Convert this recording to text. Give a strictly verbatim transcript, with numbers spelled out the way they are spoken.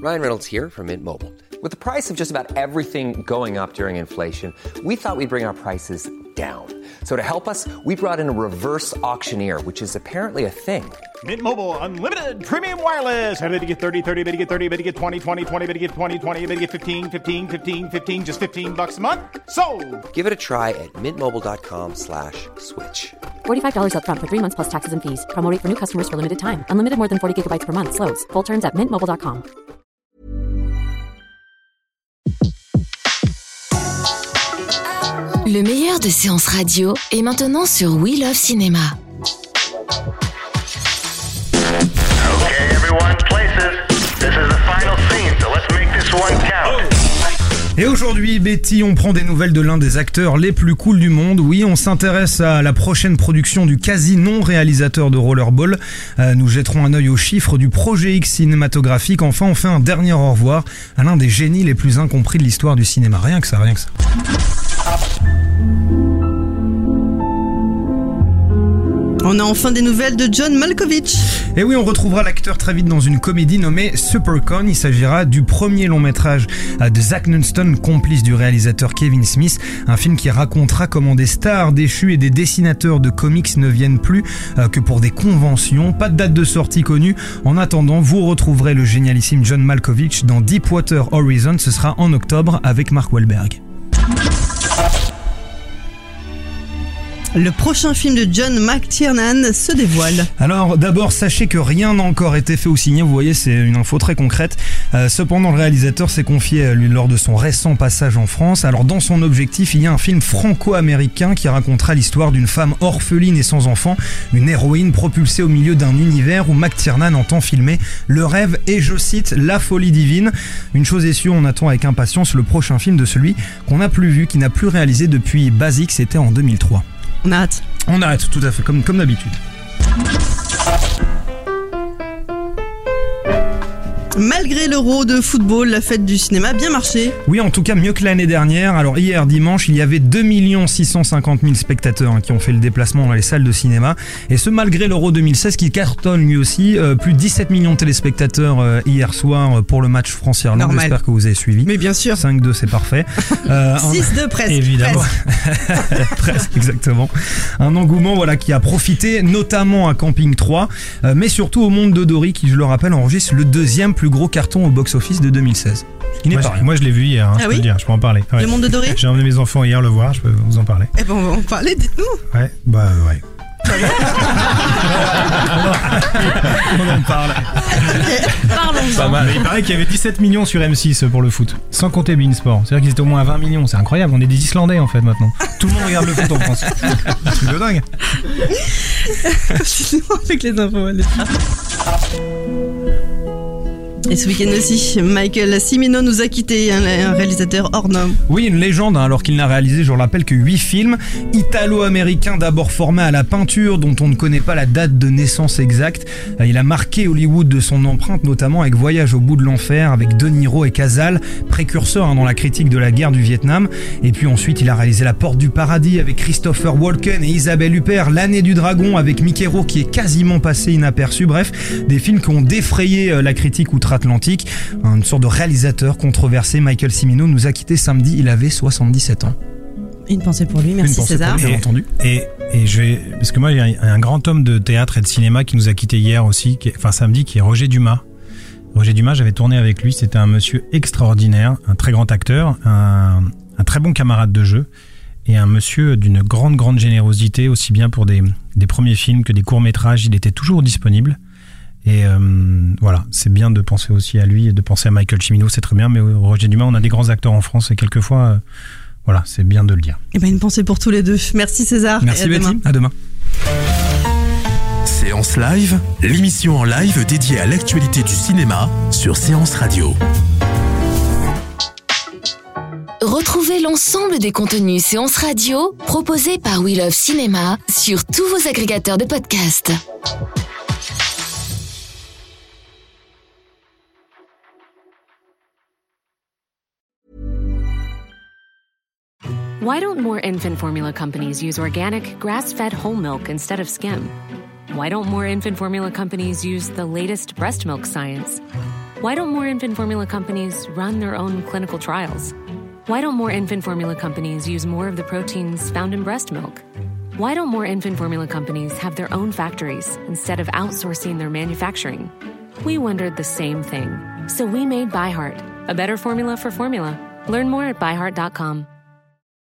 Ryan Reynolds here from Mint Mobile. With the price of just about everything going up during inflation, we thought we'd bring our prices down. So to help us, we brought in a reverse auctioneer, which is apparently a thing. Mint Mobile Unlimited Premium Wireless. How to get thirty, thirty, how to get thirty, how to get twenty, twenty, twenty, how to get twenty, twenty, how to get fifteen, fifteen, fifteen, fifteen, just fifteen bucks a month? Sold! Give it a try at mintmobile.com slash switch. forty-five dollars up front for three months plus taxes and fees. Promo rate for new customers for limited time. Unlimited more than forty gigabytes per month. Slows full terms at mint mobile dot com. Le meilleur de séances radio est maintenant sur We Love Cinéma. Okay, everyone, places. This is the final scene, so let's make this one count. Et aujourd'hui, Betty, on prend des nouvelles de l'un des acteurs les plus cools du monde. Oui, on s'intéresse à la prochaine production du quasi-non-réalisateur de Rollerball. Euh, nous jetterons un œil aux chiffres du projet X cinématographique. Enfin, on fait un dernier au revoir à l'un des génies les plus incompris de l'histoire du cinéma. Rien que ça, rien que ça. On a enfin des nouvelles de John Malkovich. Et oui, on retrouvera l'acteur très vite dans une comédie nommée Supercon. Il s'agira du premier long métrage de Zach Nunston, complice du réalisateur Kevin Smith. Un film qui racontera comment des stars déchues et des dessinateurs de comics ne viennent plus que pour des conventions. Pas de date de sortie connue. En attendant, vous retrouverez le génialissime John Malkovich dans Deepwater Horizon. Ce sera en octobre avec Mark Wahlberg. Le prochain film de John McTiernan se dévoile. Alors d'abord, sachez que rien n'a encore été fait ou signé, vous voyez, c'est une info très concrète. Euh, cependant, le réalisateur s'est confié lui lors de son récent passage en France. Alors dans son objectif, il y a un film franco-américain qui racontera l'histoire d'une femme orpheline et sans enfant, une héroïne propulsée au milieu d'un univers où McTiernan entend filmer le rêve et, je cite, la folie divine. Une chose est sûre, on attend avec impatience le prochain film de celui qu'on n'a plus vu, qui n'a plus réalisé depuis Basic, c'était en deux mille trois. On arrête. On arrête, tout à fait, comme, comme d'habitude. Malgré l'Euro de football, la fête du cinéma a bien marché. Oui, en tout cas mieux que l'année dernière. Alors hier dimanche, il y avait deux millions six cent cinquante mille spectateurs hein, qui ont fait le déplacement dans les salles de cinéma. Et ce malgré l'Euro deux mille seize qui cartonne lui aussi. Euh, plus de dix-sept millions de téléspectateurs euh, hier soir euh, pour le match France-Irlande. Normal. J'espère que vous avez suivi. Mais bien sûr. cinq deux, c'est parfait. Euh, six deux presque. Évidemment. Presque. Presque, exactement. Un engouement voilà, qui a profité notamment à Camping trois, euh, mais surtout au Monde de Dory qui, je le rappelle, enregistre le deuxième plus gros carton au box-office de deux mille seize. Ce qui n'est moi, pas rien. Moi je l'ai vu hier, hein, ah je oui peux le dire, je peux en parler. Ouais. Le Monde de Dory. J'ai emmené mes enfants hier le voir, je peux vous en parler. Eh ben on va en parler, dites-nous. Ouais, bah ouais. On en parle. Parlons-en. Mais il paraît qu'il y avait dix-sept millions sur M six pour le foot, sans compter Beansport. C'est-à-dire qu'ils étaient au moins à vingt millions, c'est incroyable, on est des Islandais en fait maintenant. Tout le monde regarde le foot en France. C'est de dingue. Continuons avec les infos. Allez. Et ce week-end aussi, Michael Cimino nous a quitté, un réalisateur hors norme. Oui, une légende, hein, alors qu'il n'a réalisé, je le rappelle, que huit films. Italo-américain d'abord formé à la peinture, dont on ne connaît pas la date de naissance exacte. Il a marqué Hollywood de son empreinte, notamment avec Voyage au bout de l'enfer, avec De Niro et Casal, précurseur hein, dans la critique de la guerre du Vietnam. Et puis ensuite, il a réalisé La Porte du Paradis avec Christopher Walken et Isabelle Huppert, L'Année du Dragon avec Mickey Rourke qui est quasiment passé inaperçu. Bref, des films qui ont défrayé la critique outre-Atlantique. Une sorte de réalisateur controversé. Michael Cimino nous a quitté samedi, il avait soixante-dix-sept ans. Une pensée pour lui, merci César. Bien entendu. Et, et je vais, parce que moi il y a un grand homme de théâtre et de cinéma qui nous a quitté hier aussi, qui est, enfin samedi, qui est Roger Dumas. Roger Dumas, j'avais tourné avec lui, c'était un monsieur extraordinaire, un très grand acteur, un, un très bon camarade de jeu et un monsieur d'une grande grande générosité, aussi bien pour des, des premiers films que des courts-métrages, il était toujours disponible. Et euh, voilà, c'est bien de penser aussi à lui et de penser à Michael Cimino, c'est très bien, mais Roger Dumas, on a des grands acteurs en France et quelquefois, euh, voilà, c'est bien de le dire. Et ben une pensée pour tous les deux. Merci César. Merci Betty, à demain. Séance Live, l'émission en live dédiée à l'actualité du cinéma sur Séance Radio. Retrouvez l'ensemble des contenus Séance Radio proposés par We Love Cinéma sur tous vos agrégateurs de podcasts. Why don't more infant formula companies use organic, grass-fed whole milk instead of skim? Why don't more infant formula companies use the latest breast milk science? Why don't more infant formula companies run their own clinical trials? Why don't more infant formula companies use more of the proteins found in breast milk? Why don't more infant formula companies have their own factories instead of outsourcing their manufacturing? We wondered the same thing. So we made ByHeart, a better formula for formula. Learn more at by heart dot com.